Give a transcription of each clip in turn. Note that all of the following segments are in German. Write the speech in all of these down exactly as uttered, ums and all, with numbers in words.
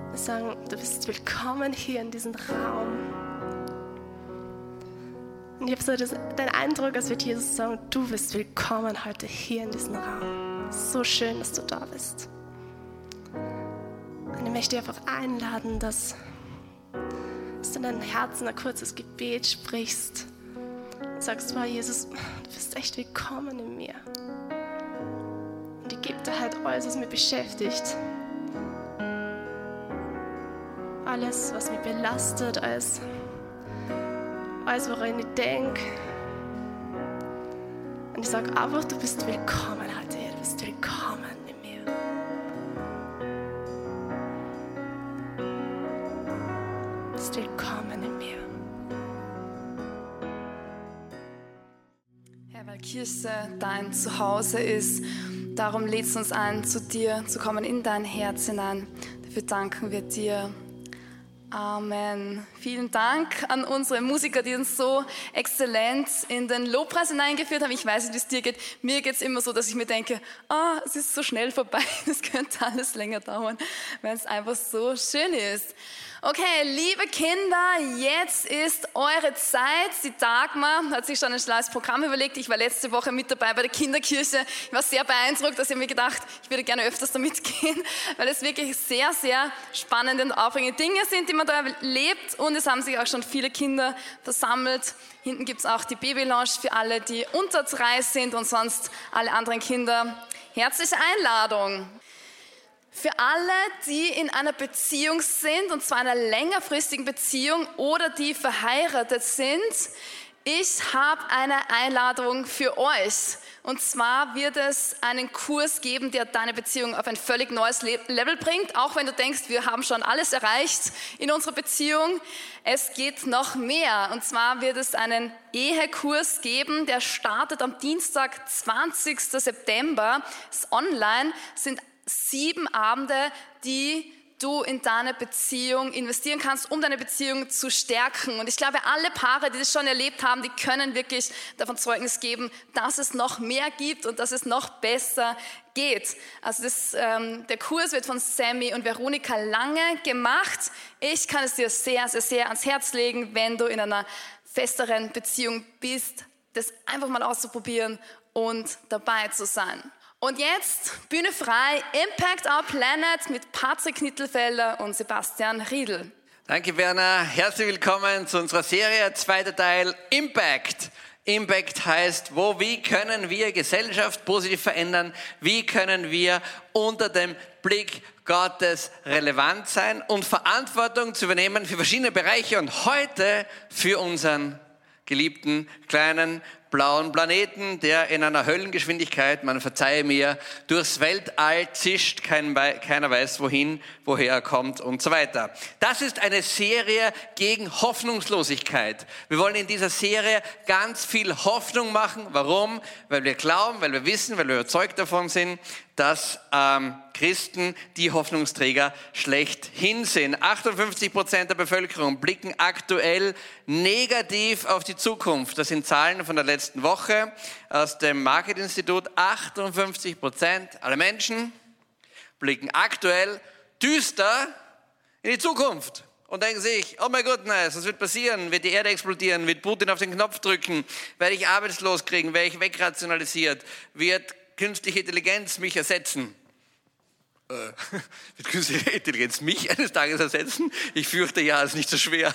Wir sagen, du bist willkommen hier in diesem Raum. Und ich habe so das, den Eindruck, als würde Jesus sagen, du bist willkommen heute hier in diesem Raum. So schön, dass du da bist. Und ich möchte dich einfach einladen, dass, dass du in deinem Herzen ein kurzes Gebet sprichst und sagst, wow, Jesus, du bist echt willkommen in mir. Und ich gebe dir halt alles, was mich beschäftigt. Alles, was mich belastet, alles, alles woran ich denke. Und ich sage einfach, du bist willkommen heute hier, du bist willkommen in mir. Du bist willkommen in mir. Herr, weil Kirche dein Zuhause ist, darum lädst du uns ein, zu dir zu kommen, in dein Herz hinein. Dafür danken wir dir. Amen. Vielen Dank an unsere Musiker, die uns so exzellent in den Lobpreis hineingeführt haben. Ich weiß nicht, wie es dir geht. Mir geht es immer so, dass ich mir denke, ah, es ist so schnell vorbei, es könnte alles länger dauern, weil es einfach so schön ist. Okay, liebe Kinder, jetzt ist eure Zeit. Die Dagmar hat sich schon ein schlaues Programm überlegt. Ich war letzte Woche mit dabei bei der Kinderkirche. Ich war sehr beeindruckt, dass ich mir gedacht, ich würde gerne öfters da mitgehen, weil es wirklich sehr, sehr spannende und aufregende Dinge sind, die man da erlebt. Und es haben sich auch schon viele Kinder versammelt. Hinten gibt es auch die Baby-Lounge für alle, die unter drei sind und sonst alle anderen Kinder. Herzliche Einladung. Für alle, die in einer Beziehung sind, und zwar einer längerfristigen Beziehung oder die verheiratet sind, ich habe eine Einladung für euch. Und zwar wird es einen Kurs geben, der deine Beziehung auf ein völlig neues Level bringt. Auch wenn du denkst, wir haben schon alles erreicht in unserer Beziehung. Es geht noch mehr. Und zwar wird es einen Ehekurs geben, der startet am Dienstag, zwanzigsten September. Es ist online, sind sieben Abende, die du in deine Beziehung investieren kannst, um deine Beziehung zu stärken. Und ich glaube, alle Paare, die das schon erlebt haben, die können wirklich davon Zeugnis geben, dass es noch mehr gibt und dass es noch besser geht. Also das, ähm, der Kurs wird von Sammy und Veronika Lange gemacht. Ich kann es dir sehr, sehr, sehr ans Herz legen, wenn du in einer festeren Beziehung bist, das einfach mal auszuprobieren und dabei zu sein. Und jetzt, Bühne frei, Impact Our Planet mit Patrick Nittelfelder und Sebastian Riedl. Danke, Werner. Herzlich willkommen zu unserer Serie, zweiter Teil, Impact. Impact heißt, wo, wie können wir Gesellschaft positiv verändern? Wie können wir unter dem Blick Gottes relevant sein und Verantwortung zu übernehmen für verschiedene Bereiche und heute für unseren geliebten kleinen blauen Planeten, der in einer Höllengeschwindigkeit, man verzeihe mir, durchs Weltall zischt, kein, keiner weiß wohin, woher er kommt und so weiter. Das ist eine Serie gegen Hoffnungslosigkeit. Wir wollen in dieser Serie ganz viel Hoffnung machen. Warum? Weil wir glauben, weil wir wissen, weil wir überzeugt davon sind, dass ähm, Christen die Hoffnungsträger schlechthin sind. achtundfünfzig Prozent der Bevölkerung blicken aktuell negativ auf die Zukunft. Das sind Zahlen von der letzten Woche aus dem Market-Institut. achtundfünfzig Prozent aller Menschen blicken aktuell düster in die Zukunft und denken sich, oh mein Gott, nice, was wird passieren? Wird die Erde explodieren? Wird Putin auf den Knopf drücken? Werde ich arbeitslos kriegen? Werde ich wegrationalisiert? Wird künstliche Intelligenz mich ersetzen? Äh, wird künstliche Intelligenz mich eines Tages ersetzen? Ich fürchte, ja, ist nicht so schwer.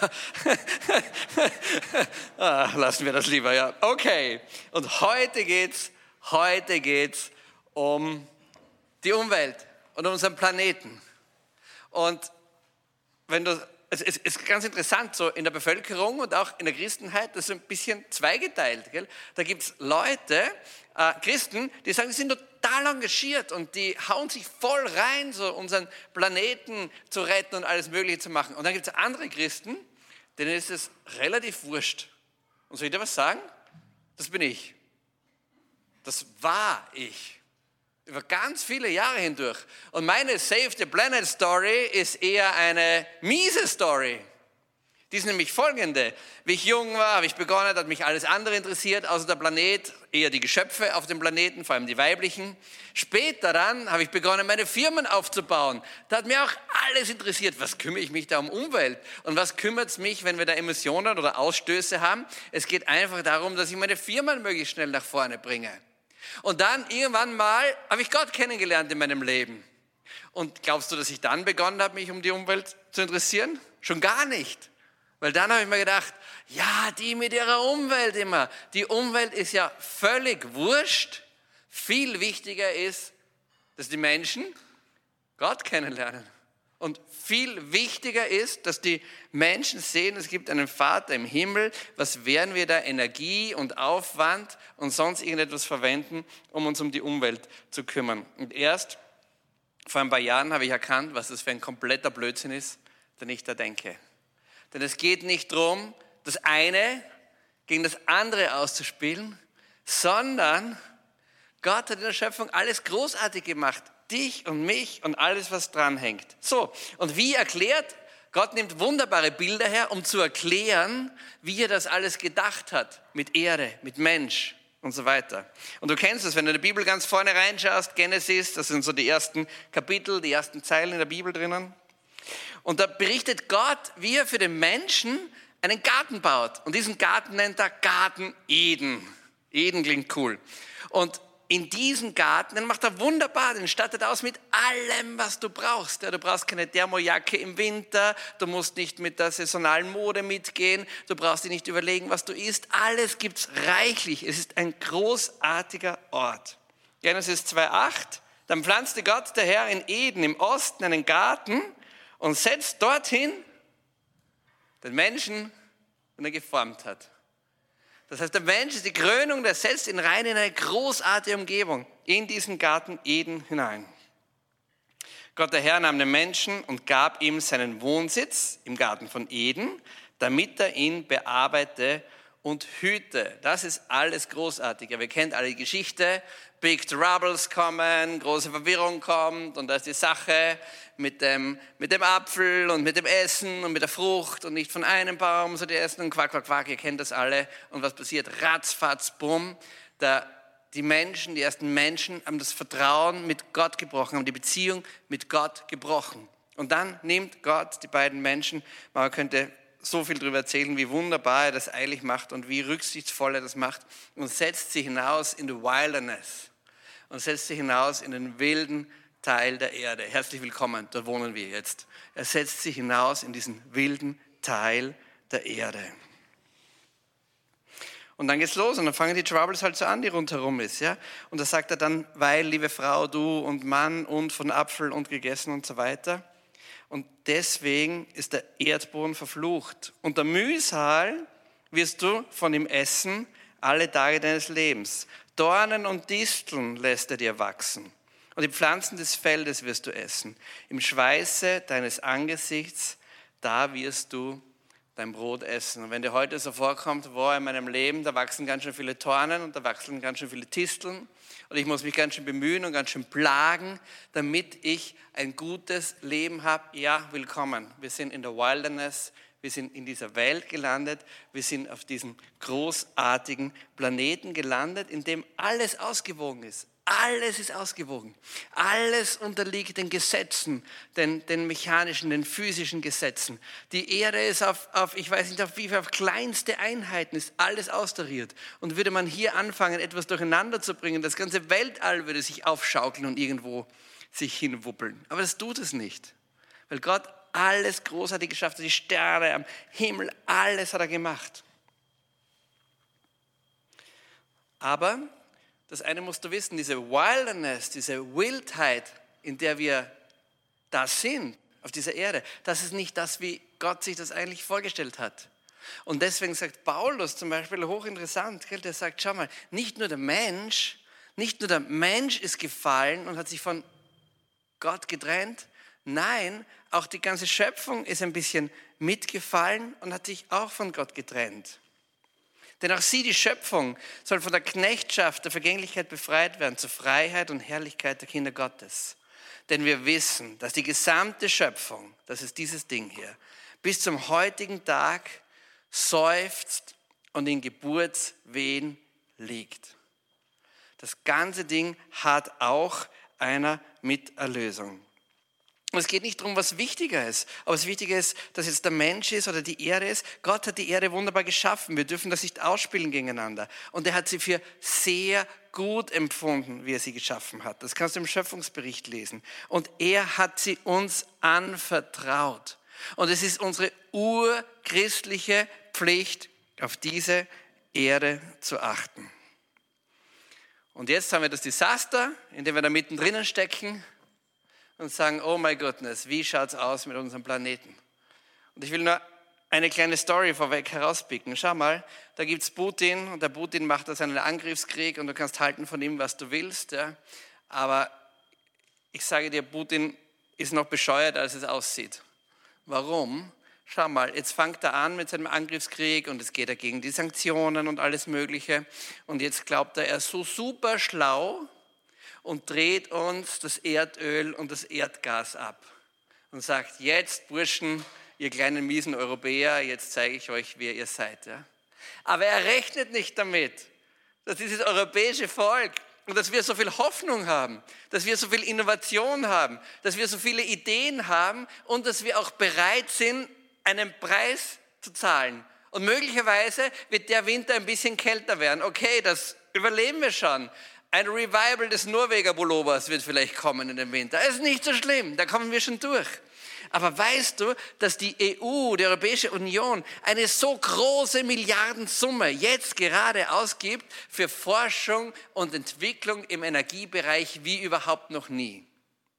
ah, lassen wir das lieber, ja. Okay, und heute geht's, heute geht's um die Umwelt und um unseren Planeten. Und wenn du, es ist ganz interessant, so in der Bevölkerung und auch in der Christenheit, das ist ein bisschen zweigeteilt. Gell? Da gibt es Leute, äh, Christen, die sagen, die sind total engagiert und die hauen sich voll rein, so unseren Planeten zu retten und alles Mögliche zu machen. Und dann gibt es andere Christen, denen ist es relativ wurscht. Und soll ich dir was sagen? Das bin ich. Das war ich. Über ganz viele Jahre hindurch. Und meine Save the Planet Story ist eher eine miese Story. Die ist nämlich folgende. Wie ich jung war, habe ich begonnen, hat mich alles andere interessiert, außer der Planet, eher die Geschöpfe auf dem Planeten, vor allem die weiblichen. Später dann habe ich begonnen, meine Firmen aufzubauen. Da hat mir auch alles interessiert. Was kümmere ich mich da um Umwelt? Und was kümmert es mich, wenn wir da Emissionen oder Ausstöße haben? Es geht einfach darum, dass ich meine Firmen möglichst schnell nach vorne bringe. Und dann irgendwann mal habe ich Gott kennengelernt in meinem Leben. Und glaubst du, dass ich dann begonnen habe, mich um die Umwelt zu interessieren? Schon gar nicht. Weil dann habe ich mir gedacht, ja, die mit ihrer Umwelt immer. Die Umwelt ist ja völlig wurscht. Viel wichtiger ist, dass die Menschen Gott kennenlernen. Und viel wichtiger ist, dass die Menschen sehen, es gibt einen Vater im Himmel. Was werden wir da Energie und Aufwand und sonst irgendetwas verwenden, um uns um die Umwelt zu kümmern? Und erst vor ein paar Jahren habe ich erkannt, was das für ein kompletter Blödsinn ist, den ich da denke. Denn es geht nicht darum, das eine gegen das andere auszuspielen, sondern Gott hat in der Schöpfung alles großartig gemacht. Dich und mich und alles, was dranhängt. So, und wie erklärt? Gott nimmt wunderbare Bilder her, um zu erklären, wie er das alles gedacht hat. Mit Erde, mit Mensch und so weiter. Und du kennst es, wenn du in der Bibel ganz vorne reinschaust, Genesis, das sind so die ersten Kapitel, die ersten Zeilen in der Bibel drinnen. Und da berichtet Gott, wie er für den Menschen einen Garten baut. Und diesen Garten nennt er Garten Eden. Eden klingt cool. Und in diesen Garten, den macht er wunderbar, den stattet er aus mit allem, was du brauchst. Ja, du brauchst keine Thermojacke im Winter, du musst nicht mit der saisonalen Mode mitgehen, du brauchst dir nicht überlegen, was du isst. Alles gibt's reichlich. Es ist ein großartiger Ort. Genesis zwei acht, dann pflanzte Gott, der Herr, in Eden im Osten einen Garten und setzt dorthin den Menschen, den er geformt hat. Das heißt, der Mensch ist die Krönung, der setzt ihn rein in eine großartige Umgebung, in diesen Garten Eden hinein. Gott, der Herr, nahm den Menschen und gab ihm seinen Wohnsitz im Garten von Eden, damit er ihn bearbeite und hüte. Das ist alles großartig. Wir kennen alle die Geschichte. Big Troubles kommen, große Verwirrung kommt und da ist die Sache mit dem, mit dem Apfel und mit dem Essen und mit der Frucht und nicht von einem Baum, so die essen und quack, quack, quack, ihr kennt das alle. Und was passiert? Ratzfatz, bumm. Da, die Menschen, die ersten Menschen haben das Vertrauen mit Gott gebrochen, haben die Beziehung mit Gott gebrochen. Und dann nimmt Gott die beiden Menschen, man könnte so viel darüber erzählen, wie wunderbar er das eilig macht und wie rücksichtsvoll er das macht und setzt sie hinaus in die Wilderness und setzt sie hinaus in den wilden Teil der Erde. Herzlich willkommen, dort wohnen wir jetzt. Er setzt sie hinaus in diesen wilden Teil der Erde. Und dann geht's los und dann fangen die Troubles halt so an, die rundherum ist. Ja? Und da sagt er dann, weil, liebe Frau, du und Mann und von Apfel und gegessen und so weiter. Und deswegen ist der Erdboden verflucht. Unter Mühsal wirst du von ihm essen alle Tage deines Lebens. Dornen und Disteln lässt er dir wachsen. Und die Pflanzen des Feldes wirst du essen. Im Schweiße deines Angesichts, da wirst du dein Brot essen. Und wenn dir heute so vorkommt, wow, in meinem Leben, da wachsen ganz schön viele Dornen und da wachsen ganz schön viele Disteln und ich muss mich ganz schön bemühen und ganz schön plagen, damit ich ein gutes Leben habe, ja, willkommen. Wir sind in der Wilderness, wir sind in dieser Welt gelandet, wir sind auf diesem großartigen Planeten gelandet, in dem alles ausgewogen ist. Alles ist ausgewogen. Alles unterliegt den Gesetzen, den, den mechanischen, den physischen Gesetzen. Die Erde ist auf, auf, ich weiß nicht auf wie viel, auf kleinste Einheiten ist alles austariert. Und würde man hier anfangen, etwas durcheinander zu bringen, das ganze Weltall würde sich aufschaukeln und irgendwo sich hinwuppeln. Aber das tut es nicht. Weil Gott alles großartig geschafft hat, die Sterne am Himmel, alles hat er gemacht. Aber das eine musst du wissen, diese Wilderness, diese Wildheit, in der wir da sind, auf dieser Erde, das ist nicht das, wie Gott sich das eigentlich vorgestellt hat. Und deswegen sagt Paulus zum Beispiel, hochinteressant, der sagt, schau mal, nicht nur der Mensch, nicht nur der Mensch ist gefallen und hat sich von Gott getrennt, nein, auch die ganze Schöpfung ist ein bisschen mitgefallen und hat sich auch von Gott getrennt. Denn auch sie, die Schöpfung, soll von der Knechtschaft der Vergänglichkeit befreit werden, zur Freiheit und Herrlichkeit der Kinder Gottes. Denn wir wissen, dass die gesamte Schöpfung, das ist dieses Ding hier, bis zum heutigen Tag seufzt und in Geburtswehen liegt. Das ganze Ding hat auch eine Miterlösung. Und es geht nicht darum, was wichtiger ist, aber das Wichtige ist, dass jetzt der Mensch ist oder die Erde ist. Gott hat die Erde wunderbar geschaffen. Wir dürfen das nicht ausspielen gegeneinander. Und er hat sie für sehr gut empfunden, wie er sie geschaffen hat. Das kannst du im Schöpfungsbericht lesen. Und er hat sie uns anvertraut. Und es ist unsere urchristliche Pflicht, auf diese Erde zu achten. Und jetzt haben wir das Desaster, in dem wir da mittendrin stecken und sagen, oh my goodness, wie schaut es aus mit unserem Planeten? Und ich will nur eine kleine Story vorweg herauspicken. Schau mal, da gibt es Putin und der Putin macht da seinen Angriffskrieg und du kannst halten von ihm, was du willst. Ja? Aber ich sage dir, Putin ist noch bescheuert, als es aussieht. Warum? Schau mal, jetzt fängt er an mit seinem Angriffskrieg und es geht er gegen die Sanktionen und alles Mögliche. Und jetzt glaubt er, er ist so super schlau und dreht uns das Erdöl und das Erdgas ab. Und sagt, jetzt Burschen, ihr kleinen miesen Europäer, jetzt zeige ich euch, wer ihr seid. Ja? Aber er rechnet nicht damit, dass dieses europäische Volk und dass wir so viel Hoffnung haben, dass wir so viel Innovation haben, dass wir so viele Ideen haben und dass wir auch bereit sind, einen Preis zu zahlen. Und möglicherweise wird der Winter ein bisschen kälter werden. Okay, das überleben wir schon. Ein Revival des Norweger Pullovers wird vielleicht kommen in den Winter. Das ist nicht so schlimm, da kommen wir schon durch. Aber weißt du, dass die E U, die Europäische Union, eine so große Milliardensumme jetzt gerade ausgibt für Forschung und Entwicklung im Energiebereich wie überhaupt noch nie?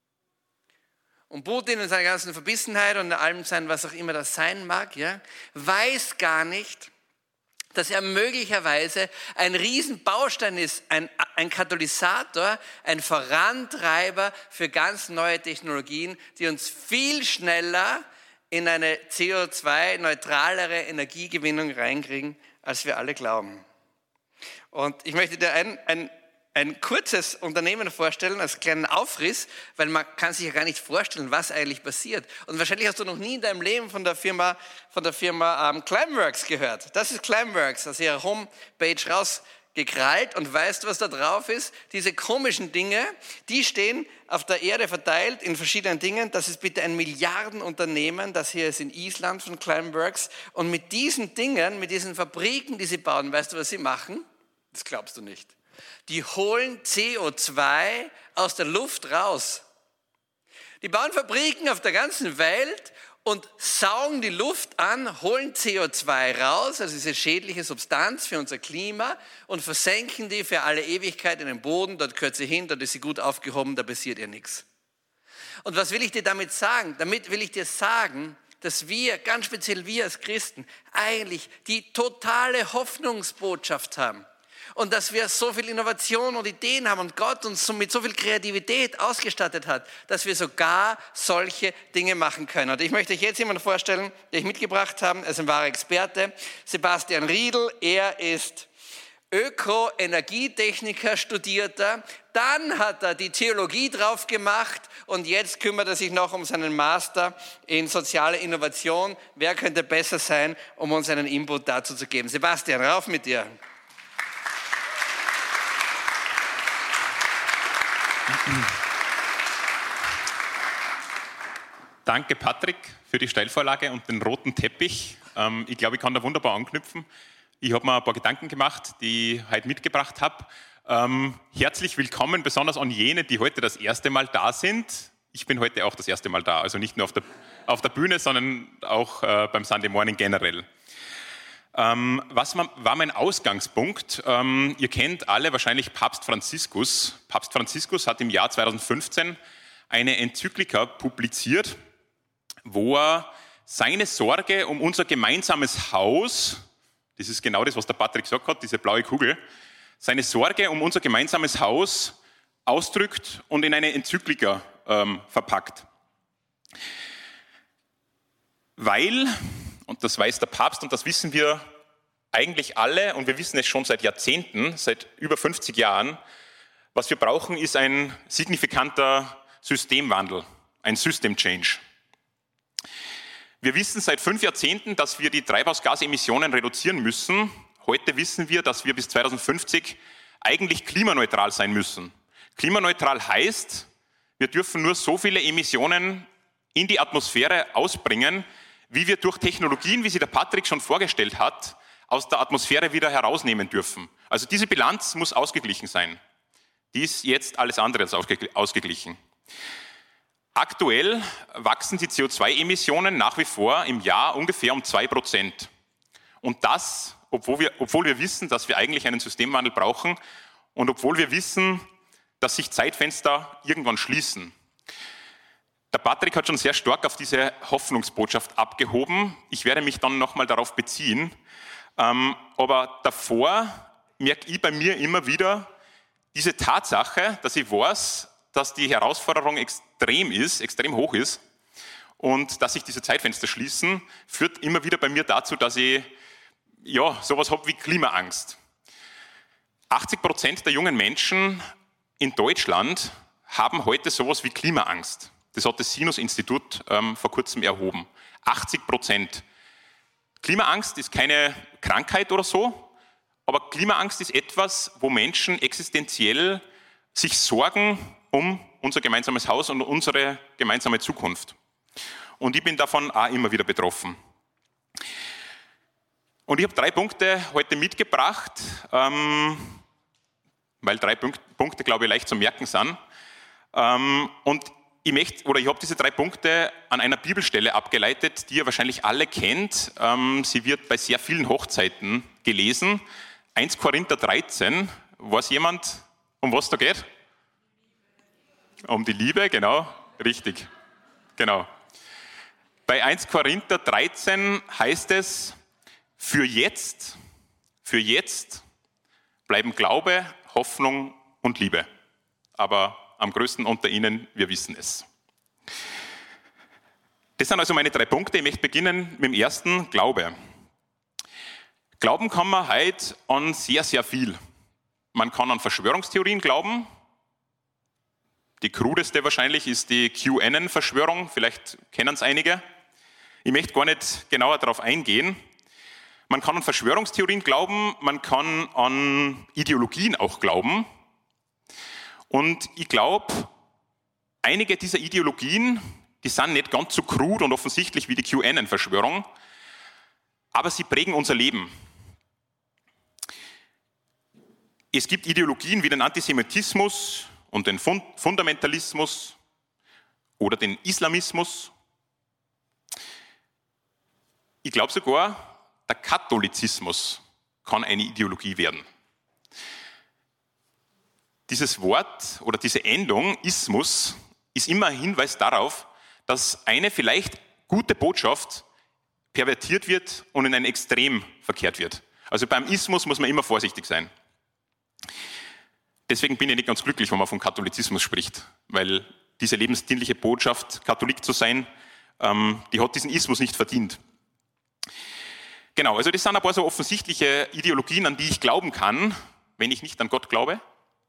Und Putin in seiner ganzen Verbissenheit und in allem sein, was auch immer das sein mag, ja, weiß gar nicht, dass er möglicherweise ein Riesenbaustein ist, ein, ein Katalysator, ein Vorantreiber für ganz neue Technologien, die uns viel schneller in eine C O zwei neutralere Energiegewinnung reinkriegen, als wir alle glauben. Und ich möchte dir ein, ein, ein kurzes Unternehmen vorstellen, als kleinen Aufriss, weil man kann sich ja gar nicht vorstellen, was eigentlich passiert. Und wahrscheinlich hast du noch nie in deinem Leben von der Firma, von der Firma ähm, Climeworks gehört. Das ist Climeworks, aus ihrer Homepage rausgekrallt. Und weißt du, was da drauf ist? Diese komischen Dinge, die stehen auf der Erde verteilt in verschiedenen Dingen. Das ist bitte ein Milliardenunternehmen. Das hier ist in Island von Climeworks. Und mit diesen Dingen, mit diesen Fabriken, die sie bauen, weißt du, was sie machen? Das glaubst du nicht. Die holen C O zwei aus der Luft raus. Die bauen Fabriken auf der ganzen Welt und saugen die Luft an, holen C O zwei raus, also diese schädliche Substanz für unser Klima, und versenken die für alle Ewigkeit in den Boden. Dort gehört sie hin, dort ist sie gut aufgehoben, da passiert ihr nichts. Und was will ich dir damit sagen? Damit will ich dir sagen, dass wir, ganz speziell wir als Christen, eigentlich die totale Hoffnungsbotschaft haben. Und dass wir so viel Innovation und Ideen haben und Gott uns so mit so viel Kreativität ausgestattet hat, dass wir sogar solche Dinge machen können. Und ich möchte euch jetzt jemanden vorstellen, den ich mitgebracht habe. Er ist ein wahrer Experte, Sebastian Riedl. Er ist Öko-Energietechniker, Studierter. Dann hat er die Theologie drauf gemacht und jetzt kümmert er sich noch um seinen Master in soziale Innovation. Wer könnte besser sein, um uns einen Input dazu zu geben? Sebastian, rauf mit dir. Danke, Patrick, für die Steilvorlage und den roten Teppich. Ähm, ich glaube, ich kann da wunderbar anknüpfen. Ich habe mir ein paar Gedanken gemacht, die ich heute mitgebracht habe. Ähm, herzlich willkommen, besonders an jene, die heute das erste Mal da sind. Ich bin heute auch das erste Mal da, also nicht nur auf der, auf der Bühne, sondern auch äh, beim Sunday Morning generell. Ähm, was war mein Ausgangspunkt? Ähm, ihr kennt alle wahrscheinlich Papst Franziskus. Papst Franziskus hat im Jahr zweitausendfünfzehn eine Enzyklika publiziert, wo er seine Sorge um unser gemeinsames Haus, das ist genau das, was der Patrick gesagt hat, diese blaue Kugel, seine Sorge um unser gemeinsames Haus ausdrückt und in eine Enzyklika ähm, verpackt. Weil, und das weiß der Papst und das wissen wir eigentlich alle und wir wissen es schon seit Jahrzehnten, seit über fünfzig Jahren, was wir brauchen, ist ein signifikanter Systemwandel, ein System Change. Wir wissen seit fünf Jahrzehnten, dass wir die Treibhausgasemissionen reduzieren müssen. Heute wissen wir, dass wir bis zweitausendfünfzig eigentlich klimaneutral sein müssen. Klimaneutral heißt, wir dürfen nur so viele Emissionen in die Atmosphäre ausbringen, wie wir durch Technologien, wie sie der Patrick schon vorgestellt hat, aus der Atmosphäre wieder herausnehmen dürfen. Also diese Bilanz muss ausgeglichen sein. Die ist jetzt alles andere als ausgeglichen. Aktuell wachsen die C O zwei Emissionen nach wie vor im Jahr ungefähr um zwei Prozent. Und das, obwohl wir, obwohl wir wissen, dass wir eigentlich einen Systemwandel brauchen und obwohl wir wissen, dass sich Zeitfenster irgendwann schließen. Der Patrick hat schon sehr stark auf diese Hoffnungsbotschaft abgehoben. Ich werde mich dann nochmal darauf beziehen. Ähm, aber davor merke ich bei mir immer wieder diese Tatsache, dass ich weiß, dass die Herausforderung extrem ist, extrem hoch ist und dass sich diese Zeitfenster schließen, führt immer wieder bei mir dazu, dass ich ja, sowas habe wie Klimaangst. achtzig Prozent der jungen Menschen in Deutschland haben heute sowas wie Klimaangst. Das hat das Sinus-Institut ähm, vor kurzem erhoben. achtzig Prozent. Klimaangst ist keine Krankheit oder so, aber Klimaangst ist etwas, wo Menschen existenziell sich sorgen um unser gemeinsames Haus und unsere gemeinsame Zukunft. Und ich bin davon auch immer wieder betroffen. Und ich habe drei Punkte heute mitgebracht, ähm, weil drei Punkte, glaube ich, leicht zu merken sind. Ähm, und ich möchte, oder ich habe diese drei Punkte an einer Bibelstelle abgeleitet, die ihr wahrscheinlich alle kennt. Ähm, sie wird bei sehr vielen Hochzeiten gelesen. erster Korinther dreizehn. Weiß jemand, um was da geht? Um die Liebe, genau. Richtig. Genau. Bei erster Korinther dreizehn heißt es, für jetzt, für jetzt bleiben Glaube, Hoffnung und Liebe. Aber am größten unter ihnen, wir wissen es. Das sind also meine drei Punkte. Ich möchte beginnen mit dem ersten, Glaube. Glauben kann man heute an sehr, sehr viel. Man kann an Verschwörungstheorien glauben. Die krudeste wahrscheinlich ist die QAnon-Verschwörung. Vielleicht kennen es einige. Ich möchte gar nicht genauer darauf eingehen. Man kann an Verschwörungstheorien glauben, man kann an Ideologien auch glauben. Und ich glaube, einige dieser Ideologien, die sind nicht ganz so krud und offensichtlich wie die QAnon-Verschwörung, aber sie prägen unser Leben. Es gibt Ideologien wie den Antisemitismus und den Fundamentalismus oder den Islamismus. Ich glaube sogar, der Katholizismus kann eine Ideologie werden. Dieses Wort oder diese Endung, Ismus, ist immer ein Hinweis darauf, dass eine vielleicht gute Botschaft pervertiert wird und in ein Extrem verkehrt wird. Also beim Ismus muss man immer vorsichtig sein. Deswegen bin ich nicht ganz glücklich, wenn man vom Katholizismus spricht, weil diese lebensdienliche Botschaft, Katholik zu sein, ähm, die hat diesen Ismus nicht verdient. Genau, also das sind ein paar so offensichtliche Ideologien, an die ich glauben kann, wenn ich nicht an Gott glaube.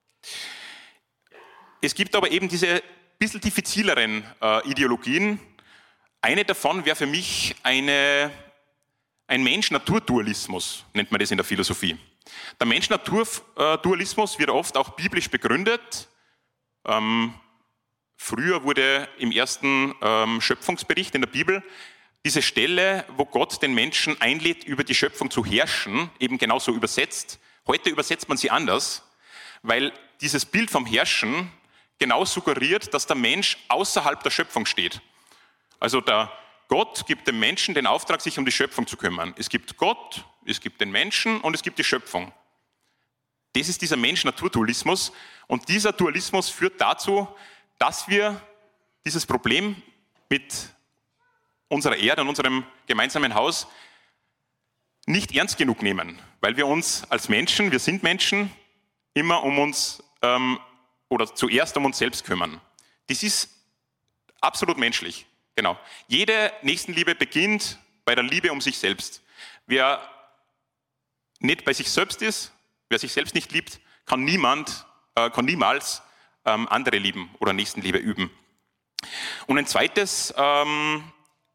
Es gibt aber eben diese bisschen diffizileren äh, Ideologien. Eine davon wäre für mich eine, ein Mensch-Natur-Dualismus, nennt man das in der Philosophie. Der Mensch-Natur-Dualismus wird oft auch biblisch begründet. Ähm, früher wurde im ersten ähm, Schöpfungsbericht in der Bibel diese Stelle, wo Gott den Menschen einlädt, über die Schöpfung zu herrschen, eben genauso übersetzt. Heute übersetzt man sie anders, weil dieses Bild vom Herrschen genau suggeriert, dass der Mensch außerhalb der Schöpfung steht. Also der Gott gibt dem Menschen den Auftrag, sich um die Schöpfung zu kümmern. Es gibt Gott, es gibt den Menschen und es gibt die Schöpfung. Das ist dieser Mensch-Natur-Dualismus. Und dieser Dualismus führt dazu, dass wir dieses Problem mit unserer Erde und unserem gemeinsamen Haus nicht ernst genug nehmen, weil wir uns als Menschen, wir sind Menschen, immer um uns ähm, oder zuerst um uns selbst kümmern. Das ist absolut menschlich. Genau. Jede Nächstenliebe beginnt bei der Liebe um sich selbst. Wer nicht bei sich selbst ist, wer sich selbst nicht liebt, kann niemand, äh, kann niemals ähm, andere lieben oder Nächstenliebe üben. Und ein zweites, ähm,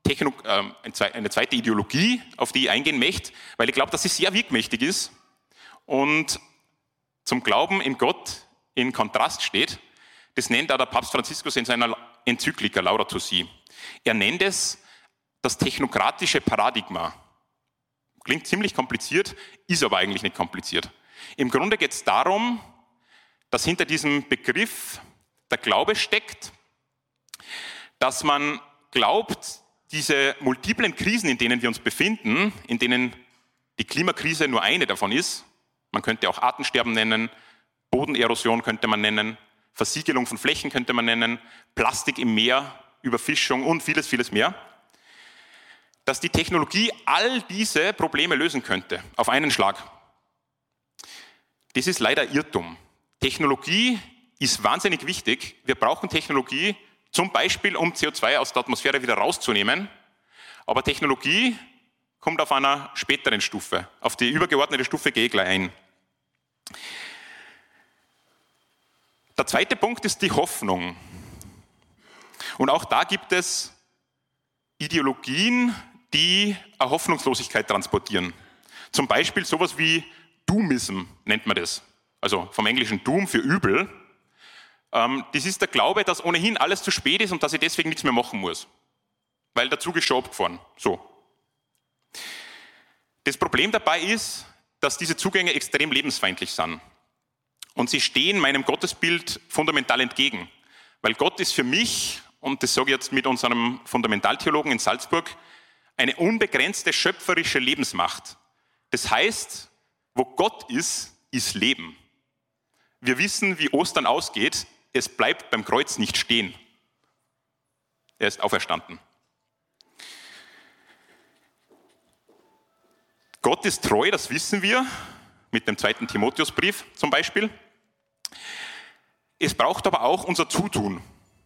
Techno, äh, eine zweite Ideologie, auf die ich eingehen möchte, weil ich glaube, dass sie sehr wirkmächtig ist und zum Glauben in Gott in Kontrast steht. Das nennt auch der Papst Franziskus in seiner Enzyklika Laudato Si. Er nennt es das technokratische Paradigma. Klingt ziemlich kompliziert, ist aber eigentlich nicht kompliziert. Im Grunde geht es darum, dass hinter diesem Begriff der Glaube steckt, dass man glaubt, diese multiplen Krisen, in denen wir uns befinden, in denen die Klimakrise nur eine davon ist, man könnte auch Artensterben nennen, Bodenerosion könnte man nennen, Versiegelung von Flächen könnte man nennen, Plastik im Meer, Überfischung und vieles, vieles mehr, dass die Technologie all diese Probleme lösen könnte, auf einen Schlag. Das ist leider Irrtum. Technologie ist wahnsinnig wichtig. Wir brauchen Technologie, zum Beispiel um C O zwei aus der Atmosphäre wieder rauszunehmen. Aber Technologie kommt auf einer späteren Stufe. Auf die übergeordnete Stufe gehe ich gleich ein. Der zweite Punkt ist die Hoffnung. Und auch da gibt es Ideologien, die eine Hoffnungslosigkeit transportieren. Zum Beispiel sowas wie Doomism nennt man das. Also vom englischen Doom für Übel. Ähm, das ist der Glaube, dass ohnehin alles zu spät ist und dass ich deswegen nichts mehr machen muss. Weil der Zug ist schon abgefahren. So. Das Problem dabei ist, dass diese Zugänge extrem lebensfeindlich sind. Und sie stehen meinem Gottesbild fundamental entgegen. Weil Gott ist für mich, und das sage ich jetzt mit unserem Fundamentaltheologen in Salzburg, eine unbegrenzte schöpferische Lebensmacht. Das heißt, wo Gott ist, ist Leben. Wir wissen, wie Ostern ausgeht. Es bleibt beim Kreuz nicht stehen. Er ist auferstanden. Gott ist treu, das wissen wir, mit dem zweiten Timotheusbrief zum Beispiel. Es braucht aber auch unser Zutun.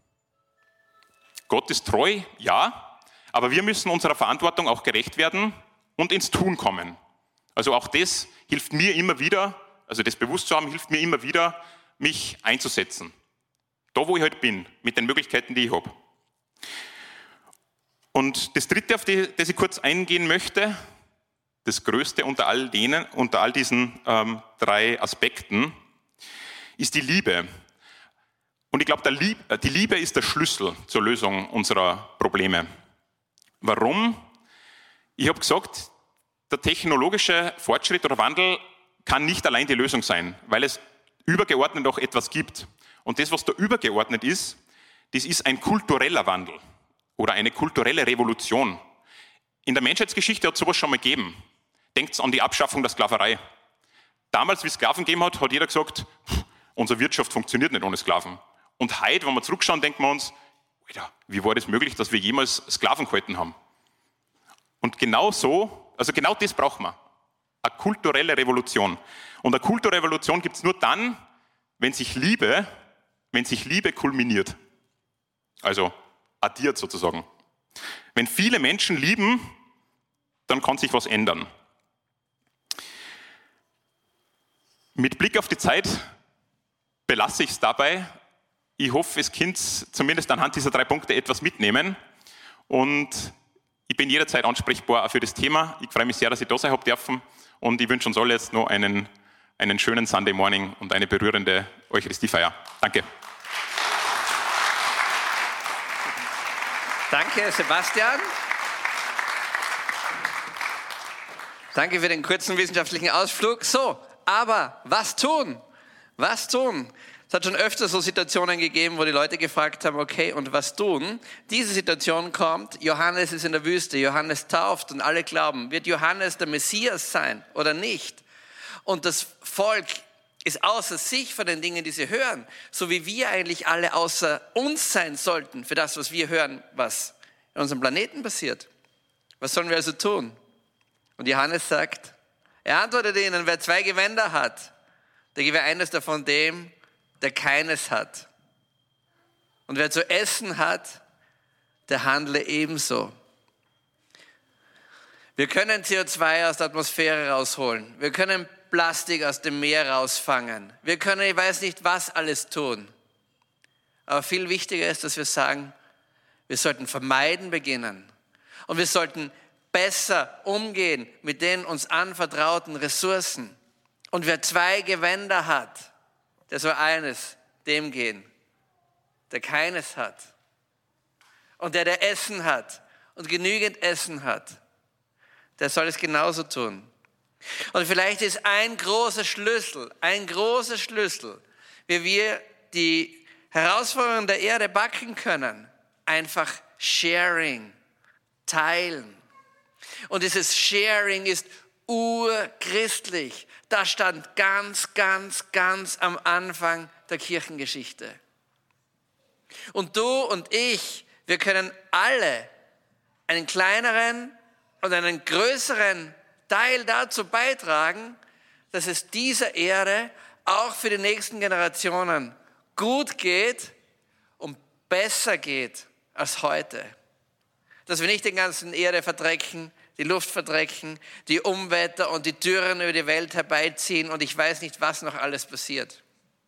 Gott ist treu, ja, aber wir müssen unserer Verantwortung auch gerecht werden und ins Tun kommen. Also auch das hilft mir immer wieder, also das bewusst zu haben, hilft mir immer wieder, mich einzusetzen. Da, wo ich heute bin, mit den Möglichkeiten, die ich habe. Und das Dritte, auf das ich kurz eingehen möchte, das Größte unter all denen, unter all diesen ähm, drei Aspekten, ist die Liebe. Und ich glaube, Lieb, die Liebe ist der Schlüssel zur Lösung unserer Probleme. Warum? Ich habe gesagt, der technologische Fortschritt oder Wandel kann nicht allein die Lösung sein, weil es übergeordnet auch etwas gibt. Und das, was da übergeordnet ist, das ist ein kultureller Wandel oder eine kulturelle Revolution. In der Menschheitsgeschichte hat es sowas schon mal gegeben. Denkt an die Abschaffung der Sklaverei. Damals, wie es Sklaven gegeben hat, hat jeder gesagt, unsere Wirtschaft funktioniert nicht ohne Sklaven. Und heute, wenn wir zurückschauen, denken wir uns, Alter, wie war das möglich, dass wir jemals Sklaven gehalten haben? Und genau so, also genau das brauchen wir. Eine kulturelle Revolution. Und eine kulturelle Revolution gibt es nur dann, wenn sich Liebe, wenn sich Liebe kulminiert. Also addiert sozusagen. Wenn viele Menschen lieben, dann kann sich was ändern. Mit Blick auf die Zeit belasse ich es dabei. Ich hoffe, es könnt zumindest anhand dieser drei Punkte etwas mitnehmen. Und ich bin jederzeit ansprechbar auch für das Thema. Ich freue mich sehr, dass ich da sein habe dürfen. Und ich wünsche uns alle jetzt noch einen, einen schönen Sunday Morning und eine berührende Eucharistiefeier. Danke. Danke, Sebastian. Danke für den kurzen wissenschaftlichen Ausflug. So, aber was tun? Was tun? Es hat schon öfter so Situationen gegeben, wo die Leute gefragt haben, okay, und was tun? Diese Situation kommt, Johannes ist in der Wüste, Johannes tauft und alle glauben, wird Johannes der Messias sein oder nicht? Und das Volk ist außer sich von den Dingen, die sie hören, so wie wir eigentlich alle außer uns sein sollten für das, was wir hören, was in unserem Planeten passiert. Was sollen wir also tun? Und Johannes sagt, er antwortet ihnen, wer zwei Gewänder hat, der gebe eines davon dem, der keines hat. Und wer zu essen hat, der handle ebenso. Wir können C O zwei aus der Atmosphäre rausholen. Wir können Plastik aus dem Meer rausfangen. Wir können, ich weiß nicht, was alles tun. Aber viel wichtiger ist, dass wir sagen, wir sollten vermeiden beginnen. Und wir sollten besser umgehen mit den uns anvertrauten Ressourcen. Und wer zwei Gewänder hat, der soll eines dem gehen, der keines hat. Und der, der Essen hat und genügend Essen hat, der soll es genauso tun. Und vielleicht ist ein großer Schlüssel, ein großer Schlüssel, wie wir die Herausforderungen der Erde backen können, einfach Sharing, teilen. Und dieses Sharing ist urchristlich. Das stand ganz, ganz, ganz am Anfang der Kirchengeschichte. Und du und ich, wir können alle einen kleineren und einen größeren Teil dazu beitragen, dass es dieser Erde auch für die nächsten Generationen gut geht und besser geht als heute. Dass wir nicht den ganzen Erde verdrecken, die Luft verdrecken, die Unwetter und die Dürren über die Welt herbeiziehen und ich weiß nicht, was noch alles passiert.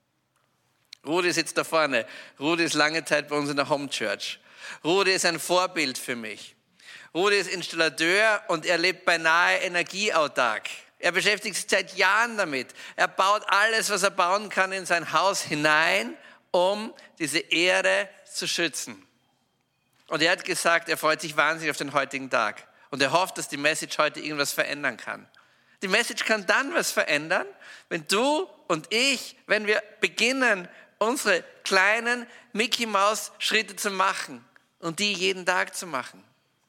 Rudi sitzt da vorne. Rudi ist lange Zeit bei uns in der Home Church. Rudi ist ein Vorbild für mich. Rudi ist Installateur und er lebt beinahe energieautark. Er beschäftigt sich seit Jahren damit. Er baut alles, was er bauen kann, in sein Haus hinein, um diese Erde zu schützen. Und er hat gesagt, er freut sich wahnsinnig auf den heutigen Tag. Und er hofft, dass die Message heute irgendwas verändern kann. Die Message kann dann was verändern, wenn du und ich, wenn wir beginnen, unsere kleinen Mickey-Maus-Schritte zu machen und die jeden Tag zu machen.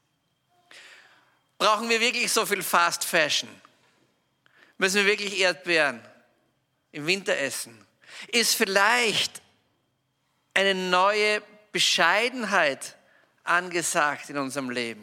Brauchen wir wirklich so viel Fast Fashion? Müssen wir wirklich Erdbeeren im Winter essen? Ist vielleicht eine neue Bescheidenheit angesagt in unserem Leben?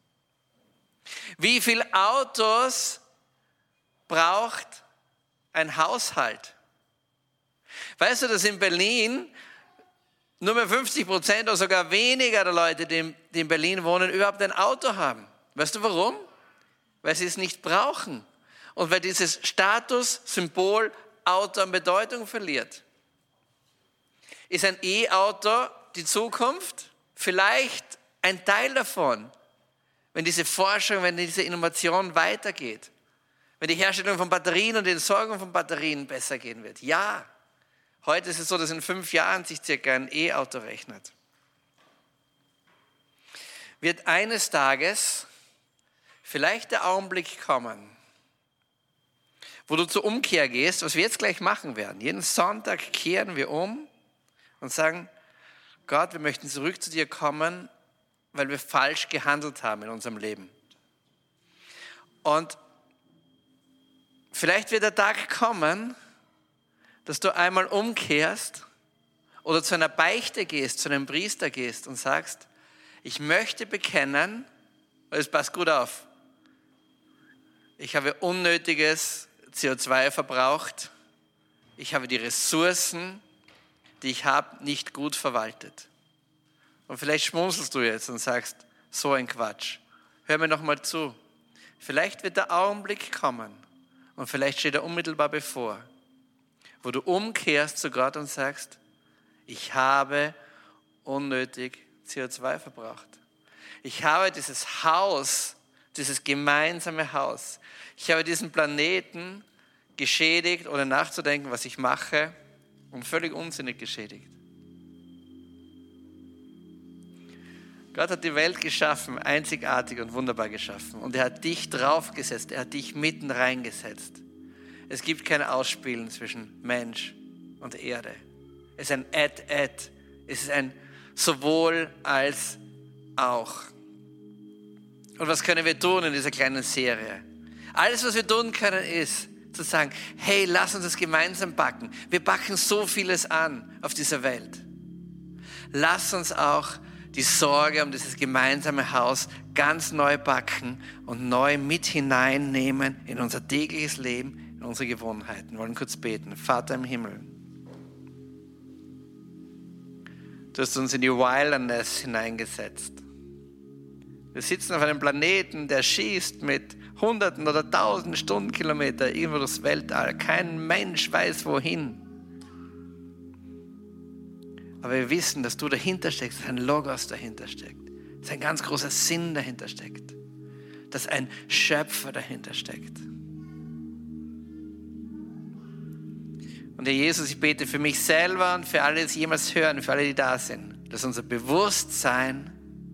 Wie viele Autos braucht ein Haushalt? Weißt du, dass in Berlin nur mehr fünfzig Prozent oder sogar weniger der Leute, die in Berlin wohnen, überhaupt ein Auto haben? Weißt du warum? Weil sie es nicht brauchen und weil dieses Statussymbol Auto an Bedeutung verliert. Ist ein E-Auto die Zukunft? Vielleicht ein Teil davon, wenn diese Forschung, wenn diese Innovation weitergeht, wenn die Herstellung von Batterien und die Entsorgung von Batterien besser gehen wird. Ja, heute ist es so, dass in fünf Jahren sich circa ein E-Auto rechnet. Wird eines Tages vielleicht der Augenblick kommen, wo du zur Umkehr gehst, was wir jetzt gleich machen werden. Jeden Sonntag kehren wir um und sagen, Gott, wir möchten zurück zu dir kommen, weil wir falsch gehandelt haben in unserem Leben. Und vielleicht wird der Tag kommen, dass du einmal umkehrst oder zu einer Beichte gehst, zu einem Priester gehst und sagst, ich möchte bekennen, es passt gut auf, ich habe unnötiges C O zwei verbraucht, ich habe die Ressourcen, die ich habe, nicht gut verwaltet. Und vielleicht schmunzelst du jetzt und sagst, so ein Quatsch. Hör mir noch mal zu. Vielleicht wird der Augenblick kommen und vielleicht steht er unmittelbar bevor, wo du umkehrst zu Gott und sagst, ich habe unnötig C O zwei verbraucht. Ich habe dieses Haus, dieses gemeinsame Haus, ich habe diesen Planeten geschädigt, ohne nachzudenken, was ich mache, und völlig unsinnig geschädigt. Gott hat die Welt geschaffen, einzigartig und wunderbar geschaffen. Und er hat dich draufgesetzt, er hat dich mitten reingesetzt. Es gibt kein Ausspielen zwischen Mensch und Erde. Es ist ein Add-Add. Es ist ein sowohl als auch. Und was können wir tun in dieser kleinen Serie? Alles, was wir tun können, ist zu sagen, hey, lass uns das gemeinsam backen. Wir backen so vieles an auf dieser Welt. Lass uns auch die Sorge um dieses gemeinsame Haus ganz neu backen und neu mit hineinnehmen in unser tägliches Leben, in unsere Gewohnheiten. Wir wollen kurz beten. Vater im Himmel, du hast uns in die Wilderness hineingesetzt. Wir sitzen auf einem Planeten, der schießt mit Hunderten oder Tausenden Stundenkilometer irgendwo durchs Weltall. Kein Mensch weiß wohin. Aber wir wissen, dass du dahinter steckst, dass ein Logos dahinter steckt, dass ein ganz großer Sinn dahinter steckt, dass ein Schöpfer dahinter steckt. Und Herr Jesus, ich bete für mich selber und für alle, die es jemals hören, für alle, die da sind, dass unser Bewusstsein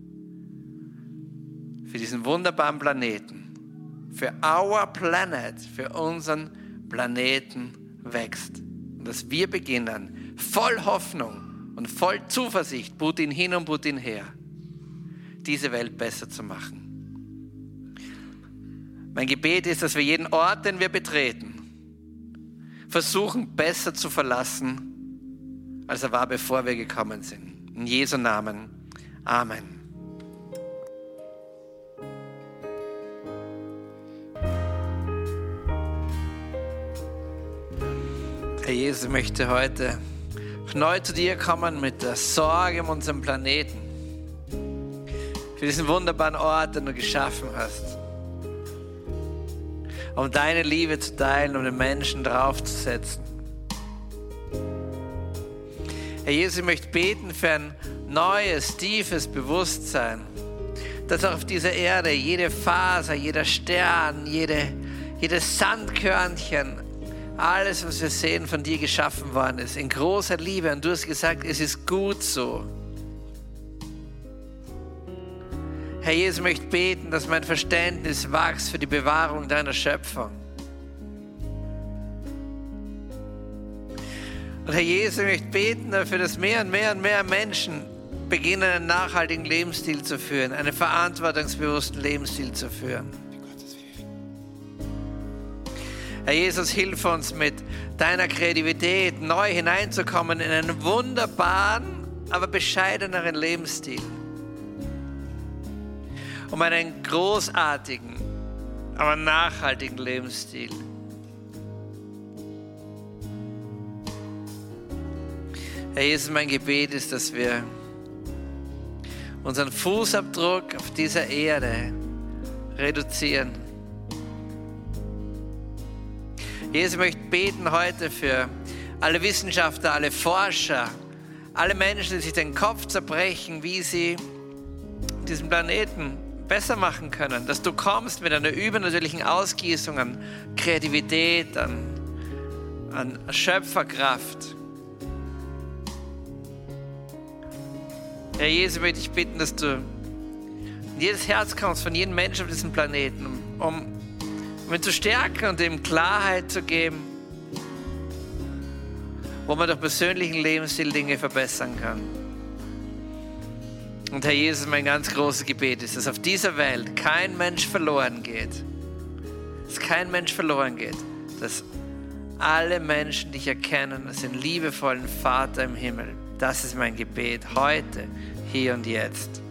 für diesen wunderbaren Planeten, für our planet, für unseren Planeten wächst. Und dass wir beginnen, voll Hoffnung und voll Zuversicht, Putin hin und Putin her, diese Welt besser zu machen. Mein Gebet ist, dass wir jeden Ort, den wir betreten, versuchen, besser zu verlassen, als er war, bevor wir gekommen sind. In Jesu Namen. Amen. Herr Jesus, ich möchte heute neu zu dir kommen mit der Sorge um unseren Planeten. Für diesen wunderbaren Ort, den du geschaffen hast. Um deine Liebe zu teilen, um den Menschen draufzusetzen. Herr Jesus, ich möchte beten für ein neues, tiefes Bewusstsein, dass auch auf dieser Erde jede Faser, jeder Stern, jede, jedes Sandkörnchen, alles, was wir sehen, von dir geschaffen worden ist, in großer Liebe. Und du hast gesagt, es ist gut so. Herr Jesus, ich möchte beten, dass mein Verständnis wächst für die Bewahrung deiner Schöpfung. Und Herr Jesus, ich möchte beten dafür, dass mehr und mehr und mehr Menschen beginnen, einen nachhaltigen Lebensstil zu führen, einen verantwortungsbewussten Lebensstil zu führen. Herr Jesus, hilf uns mit deiner Kreativität neu hineinzukommen in einen wunderbaren, aber bescheideneren Lebensstil. Um einen großartigen, aber nachhaltigen Lebensstil. Herr Jesus, mein Gebet ist, dass wir unseren Fußabdruck auf dieser Erde reduzieren. Jesus, ich möchte beten heute für alle Wissenschaftler, alle Forscher, alle Menschen, die sich den Kopf zerbrechen, wie sie diesen Planeten besser machen können, dass du kommst mit einer übernatürlichen Ausgießung an Kreativität, an, an Schöpferkraft. Herr Jesus, möchte ich bitten, dass du in jedes Herz kommst von jedem Menschen auf diesem Planeten, um, um, um ihn zu stärken und ihm Klarheit zu geben, wo man durch persönlichen Lebensstil Dinge verbessern kann. Und Herr Jesus, mein ganz großes Gebet ist, dass auf dieser Welt kein Mensch verloren geht. Dass kein Mensch verloren geht. Dass alle Menschen dich erkennen als den liebevollen Vater im Himmel. Das ist mein Gebet heute, hier und jetzt.